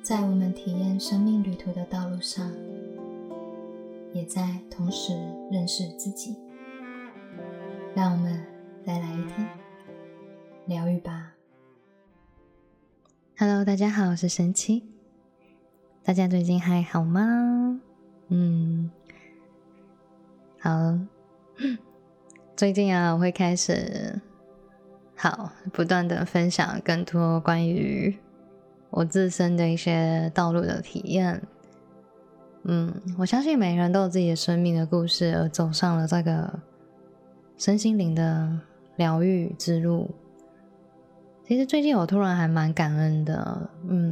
在我们体验生命旅途的道路上，也在同时认识自己。让我们再来一天疗愈吧。 Hello， 大家好，我是神奇。大家最近还好吗？好。最近我会开始不断的分享更多关于我自身的一些道路的体验。我相信每个人都有自己的生命的故事，而走上了这个身心灵的疗愈之路。其实最近我突然还蛮感恩的，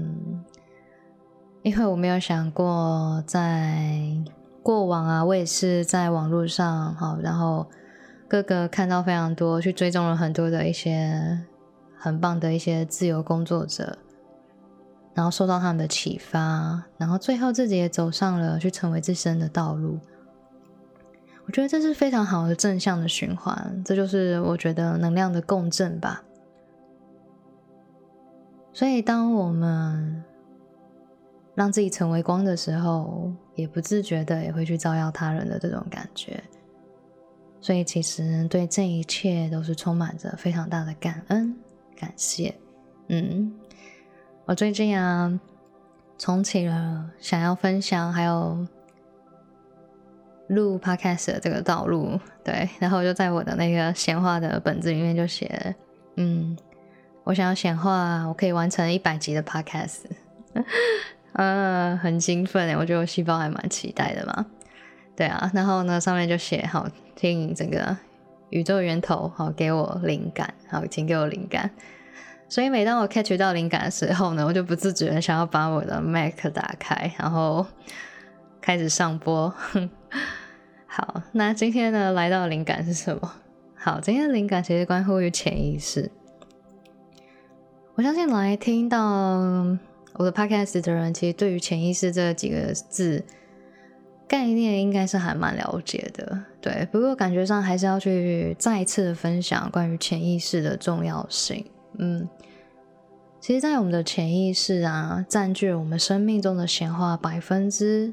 因为我没有想过在过往我也是在网络上然后各个看到非常多，去追踪了很多的一些很棒的一些自由工作者，然后受到他们的启发，然后最后自己也走上了去成为自身的道路。我觉得这是非常好的正向的循环，这就是我觉得能量的共振吧。所以当我们让自己成为光的时候，也不自觉的也会去照耀他人的这种感觉。所以其实对这一切都是充满着非常大的感恩感谢。我最近重启了想要分享还有录 podcast 的这个道路，对，然后我就在我的那个显化的本子里面就写我想要显化我可以完成100集的 podcast 很兴奋我觉得我细胞还蛮期待的嘛。对然后呢上面就写听整个宇宙源头给我灵感，请给我灵感。所以每当我 catch 到灵感的时候呢，我就不自觉的想要把我的 Mac 打开，然后开始上播好，那今天呢来到的灵感是什么？今天的灵感其实关乎于潜意识。我相信来听到我的 podcast 的人，其实对于潜意识这几个字概念应该是还蛮了解的，对。不过感觉上还是要去再一次的分享关于潜意识的重要性。其实在我们的潜意识占据我们生命中的显化95%，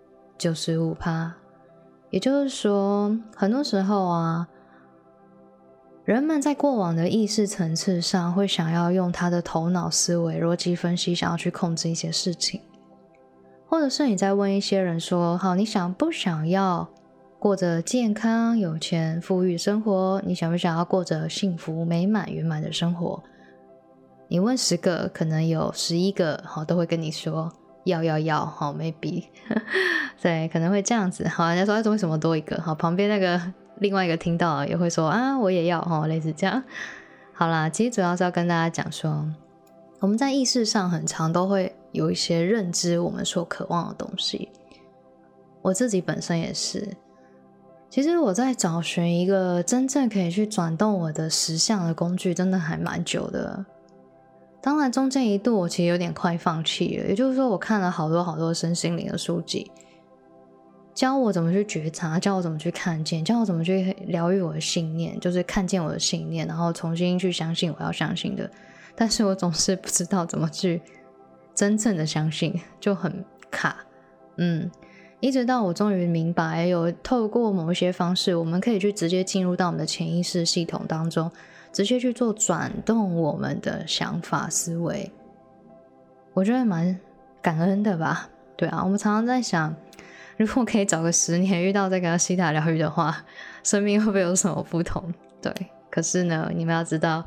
也就是说很多时候人们在过往的意识层次上会想要用他的头脑思维逻辑分析想要去控制一些事情，或者是你在问一些人说你想不想要过着健康有钱富裕生活，你想不想要过着幸福美满圆满的生活，你问10个可能有11个都会跟你说要maybe 对，可能会这样子。人家说为什么多一个，旁边那个另外一个听到也会说我也要类似这样。好啦，其实主要是要跟大家讲说，我们在意识上很常都会有一些认知我们所渴望的东西。我自己本身也是，其实我在找寻一个真正可以去转动我的实相的工具真的还蛮久的。当然中间一度我其实有点快放弃了，也就是说我看了好多身心灵的书籍，教我怎么去觉察，教我怎么去看见，教我怎么去疗愈我的信念，就是看见我的信念，然后重新去相信我要相信的。但是我总是不知道怎么去真正的相信，就很卡。一直到我终于明白，有透过某一些方式，我们可以去直接进入到我们的潜意识系统当中，直接去做转动我们的想法思维。我觉得蛮感恩的吧。对我们常常在想，如果可以找个10年遇到这个西塔疗愈的话，生命会不会有什么不同？对，可是呢你们要知道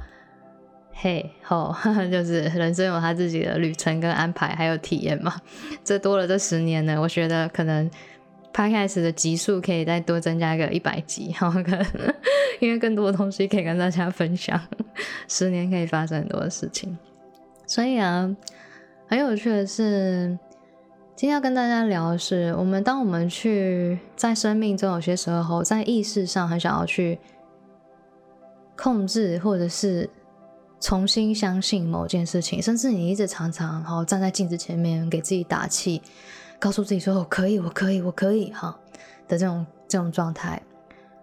就是人生有他自己的旅程跟安排还有体验嘛。这多了这10年呢，我觉得可能 podcast 的集数可以再多增加个100集因为更多的东西可以跟大家分享10年可以发生很多的事情。所以很有趣的是，今天要跟大家聊的是，当我们去在生命中有些时候在意识上很想要去控制或者是重新相信某件事情，甚至你一直常常站在镜子前面给自己打气，告诉自己说我可以的这种状态。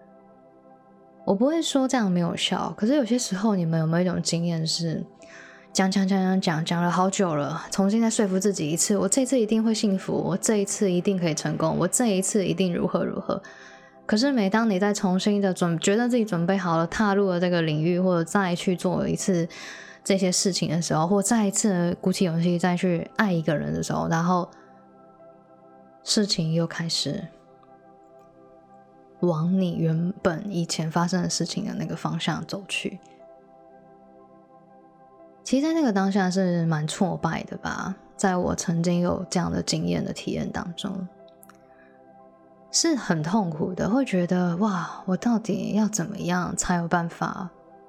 我不会说这样没有效，可是有些时候你们有没有一种经验是， 讲了好久了，重新再说服自己一次，我这一次一定会幸福，我这一次一定可以成功，我这一次一定如何如何。可是每当你再重新的觉得自己准备好了，踏入了这个领域，或者再去做一次这些事情的时候，或再一次鼓起勇气再去爱一个人的时候，然后事情又开始往你原本以前发生的事情的那个方向走去。其实在那个当下是蛮挫败的吧，在我曾经有这样的经验的体验当中，是很痛苦的，会觉得哇，我到底要怎么样才有办法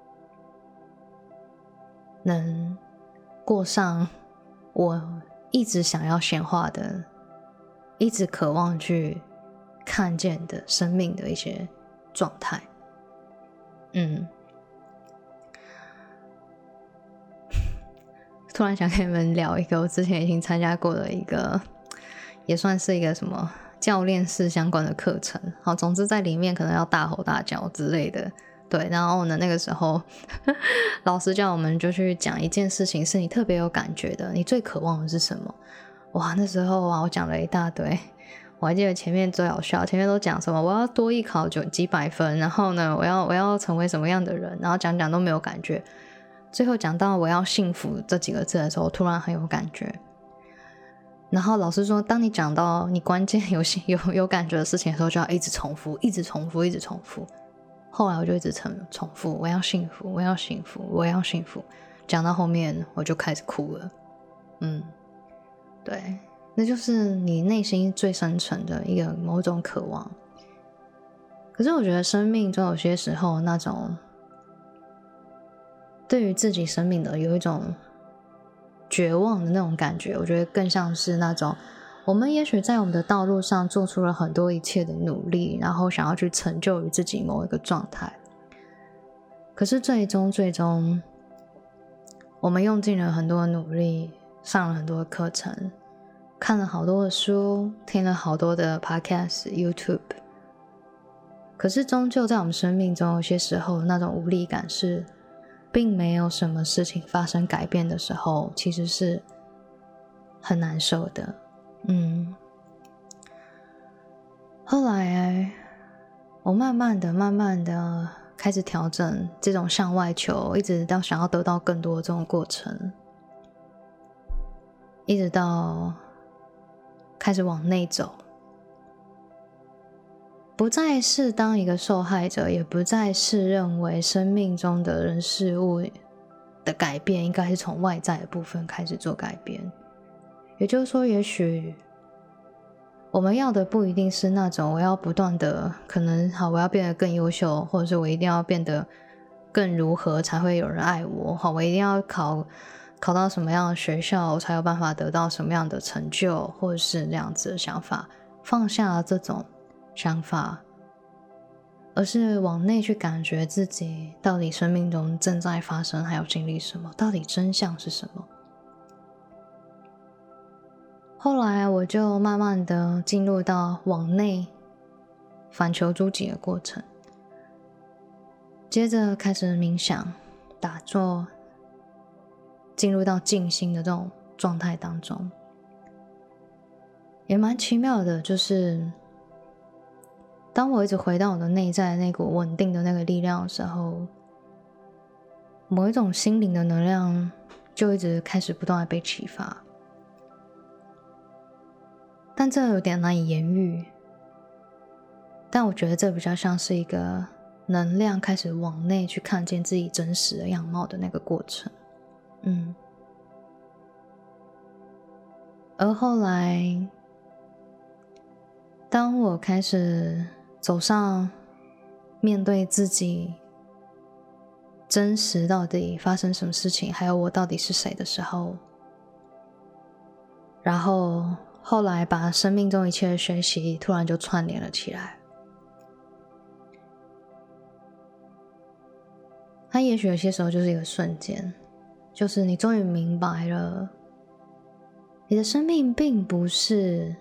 能过上我一直想要显化的，一直渴望去看见的生命的一些状态。突然想跟你们聊一个我之前已经参加过的一个，也算是一个什么教练式相关的课程。好，总之在里面可能要大吼大叫之类的。对，然后呢，那个时候老师叫我们就去讲一件事情是你特别有感觉的，你最渴望的是什么？哇，那时候啊，我讲了一大堆。我还记得前面最好笑，前面都讲什么我要多艺考几百分，然后呢我要成为什么样的人，然后讲都没有感觉。最后讲到我要幸福这几个字的时候，突然很有感觉。然后老师说，当你讲到你关键有感觉的事情的时候，就要一直重复，一直重复，一直重复。后来我就一直重复，我要幸福，我要幸福，我要幸福。讲到后面我就开始哭了。对，那就是你内心最深层的一个某种渴望。可是我觉得生命中有些时候那种对于自己生命的有一种绝望的那种感觉，我觉得更像是那种我们也许在我们的道路上做出了很多一切的努力，然后想要去成就于自己某一个状态，可是最终我们用尽了很多的努力，上了很多的课程，看了好多的书，听了好多的 podcast、YouTube， 可是终究在我们生命中有些时候那种无力感是并没有什么事情发生改变的时候，其实是很难受的。后来我慢慢的开始调整这种向外求，一直到想要得到更多的这种过程，一直到开始往内走，不再是当一个受害者，也不再是认为生命中的人事物的改变应该是从外在的部分开始做改变。也就是说，也许我们要的不一定是那种我要不断的可能好，我要变得更优秀，或者是我一定要变得更如何才会有人爱我，好，我一定要考到什么样的学校才有办法得到什么样的成就，或者是那样子的想法，放下这种想法，而是往内去感觉自己到底生命中正在发生还有经历什么，到底真相是什么。后来我就慢慢的进入到往内反求诸己的过程，接着开始冥想、打坐，进入到静心的这种状态当中。也蛮奇妙的，就是当我一直回到我的内在那股稳定的那个力量的时候，某一种心灵的能量就一直开始不断的被启发。但这有点难以言喻，但我觉得这比较像是一个能量开始往内去看见自己真实的样貌的那个过程。而后来当我开始走上面对自己真实到底发生什么事情，还有我到底是谁的时候，然后后来把生命中一切的学习突然就串联了起来。它也许有些时候就是一个瞬间，就是你终于明白了，你的生命并不是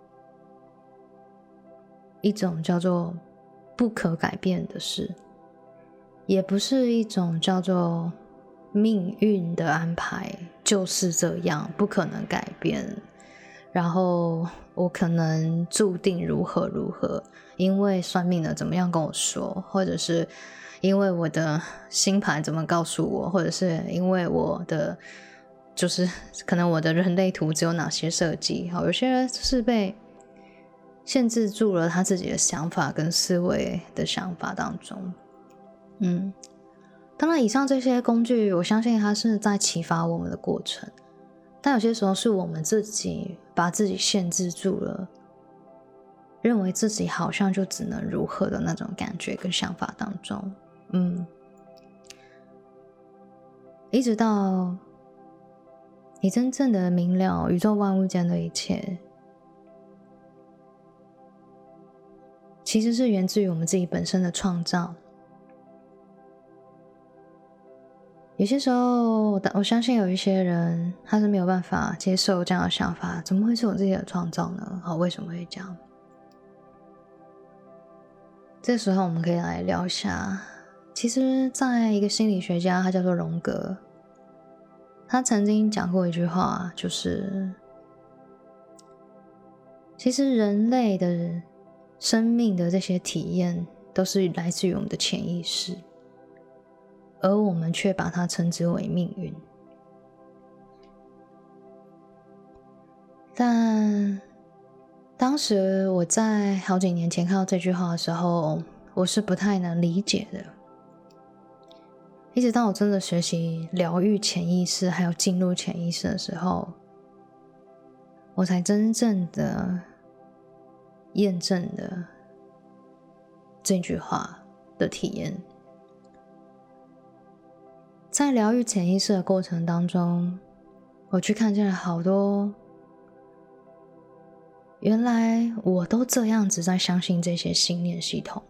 一种叫做不可改变的事，也不是一种叫做命运的安排就是这样，不可能改变。然后我可能注定如何如何，因为算命的怎么样跟我说，或者是因为我的星盘怎么告诉我，或者是因为我的就是可能我的人类图只有哪些设计。好，有些人是被限制住了他自己的想法跟思维的想法当中。当然以上这些工具我相信它是在启发我们的过程，但有些时候是我们自己把自己限制住了，认为自己好像就只能如何的那种感觉跟想法当中。一直到你真正的明了宇宙万物间的一切其实是源自于我们自己本身的创造。有些时候我相信有一些人他是没有办法接受这样的想法，怎么会是我自己的创造呢？为什么会这样？这时候我们可以来聊一下，其实在一个心理学家他叫做荣格，他曾经讲过一句话，就是其实人类的生命的这些体验都是来自于我们的潜意识，而我们却把它称之为命运。但当时我在好几年前看到这句话的时候，我是不太能理解的。一直到我真的学习疗愈潜意识还有进入潜意识的时候，我才真正的验证了这句话的体验。在疗愈潜意识的过程当中，我去看见了好多原来我都这样子在相信这些信念系统。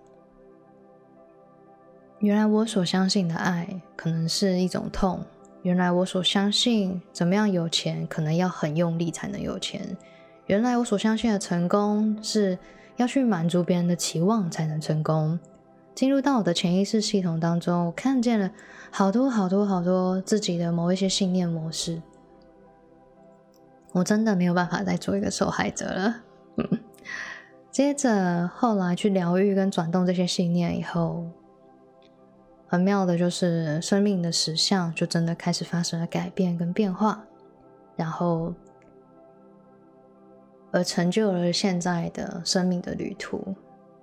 原来我所相信的爱可能是一种痛，原来我所相信怎么样有钱可能要很用力才能有钱，原来我所相信的成功是要去满足别人的期望才能成功。进入到我的潜意识系统当中，我看见了好多自己的某一些信念模式，我真的没有办法再做一个受害者了。接着后来去疗愈跟转动这些信念以后，很妙的就是生命的实相就真的开始发生了改变跟变化，然后而成就了现在的生命的旅途。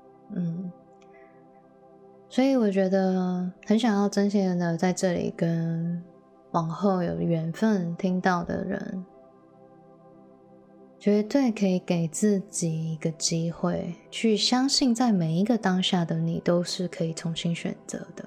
所以我觉得很想要真心的在这里跟往后有缘分听到的人，绝对可以给自己一个机会，去相信在每一个当下的你都是可以重新选择的。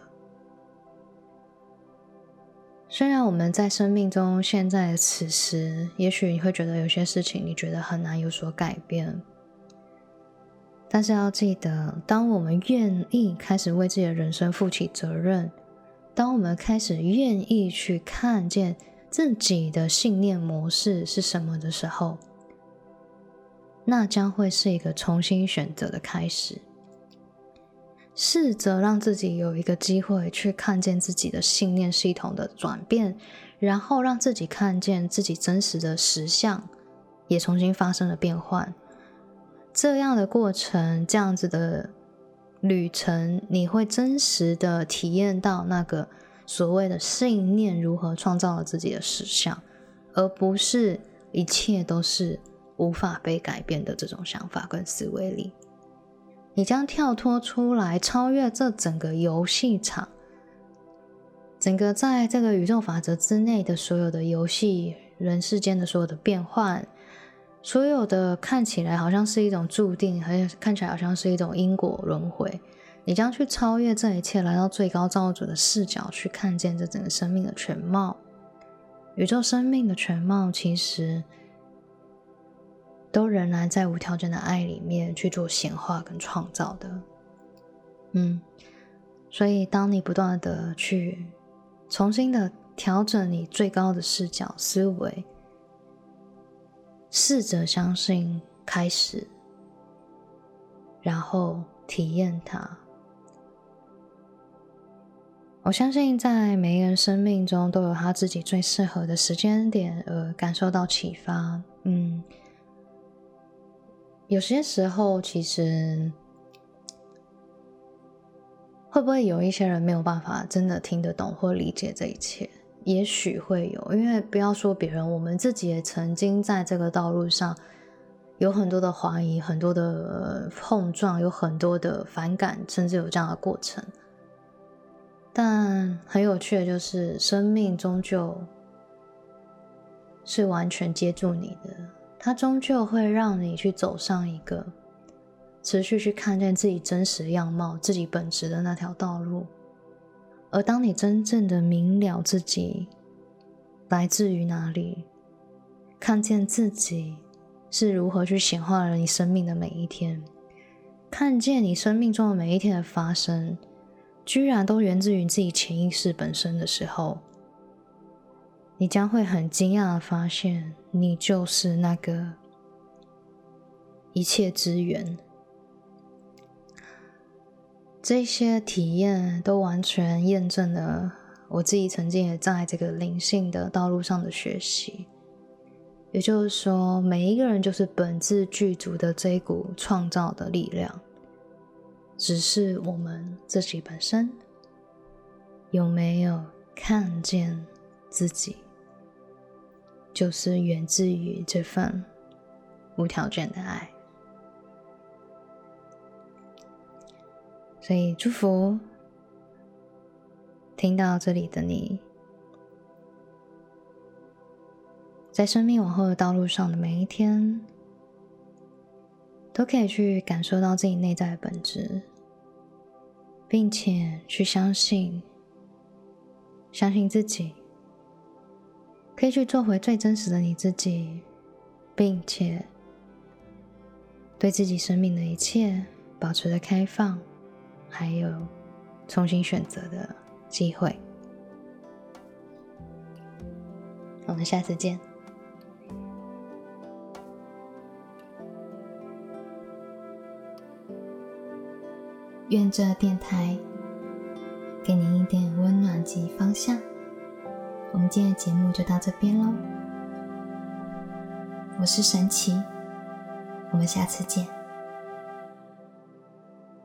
虽然我们在生命中现在的此时，也许你会觉得有些事情你觉得很难有所改变，但是要记得，当我们愿意开始为自己的人生负起责任，当我们开始愿意去看见自己的信念模式是什么的时候，那将会是一个重新选择的开始。试着让自己有一个机会去看见自己的信念系统的转变，然后让自己看见自己真实的实相也重新发生了变换。这样的过程，这样子的旅程，你会真实的体验到那个所谓的信念如何创造了自己的实相，而不是一切都是无法被改变的这种想法跟思维里。你将跳脱出来，超越这整个游戏场，整个在这个宇宙法则之内的所有的游戏，人世间的所有的变换，所有的看起来好像是一种注定，看起来好像是一种因果轮回，你将去超越这一切，来到最高造物主的视角，去看见这整个生命的全貌。宇宙生命的全貌其实都仍然在无条件的爱里面去做显化跟创造的。所以当你不断的去重新的调整你最高的视角思维，试着相信开始，然后体验它， 我相信在每一个人生命中都有他自己最适合的时间点而感受到启发。有些时候其实会不会有一些人没有办法真的听得懂或理解这一切？也许会有，因为不要说别人，我们自己也曾经在这个道路上有很多的怀疑，很多的碰撞，有很多的反感，甚至有这样的过程。但很有趣的就是，生命终究是完全接住你的，它终究会让你去走上一个持续去看见自己真实样貌、自己本质的那条道路。而当你真正的明了自己来自于哪里，看见自己是如何去显化了你生命的每一天，看见你生命中的每一天的发生居然都源自于自己潜意识本身的时候，你将会很惊讶的发现，你就是那个一切之源。这些体验都完全验证了我自己曾经也在这个灵性的道路上的学习。也就是说，每一个人就是本自具足的这一股创造的力量，只是我们自己本身有没有看见自己，就是源自于这份无条件的爱。所以祝福听到这里的你，在生命往后的道路上的每一天，都可以去感受到自己内在的本质，并且去相信自己，可以去做回最真实的你自己，并且对自己生命的一切保持着开放，还有重新选择的机会。我们下次见。愿这电台给您一点温暖及方向。我们今天的节目就到这边咯。我是神奇，我们下次见。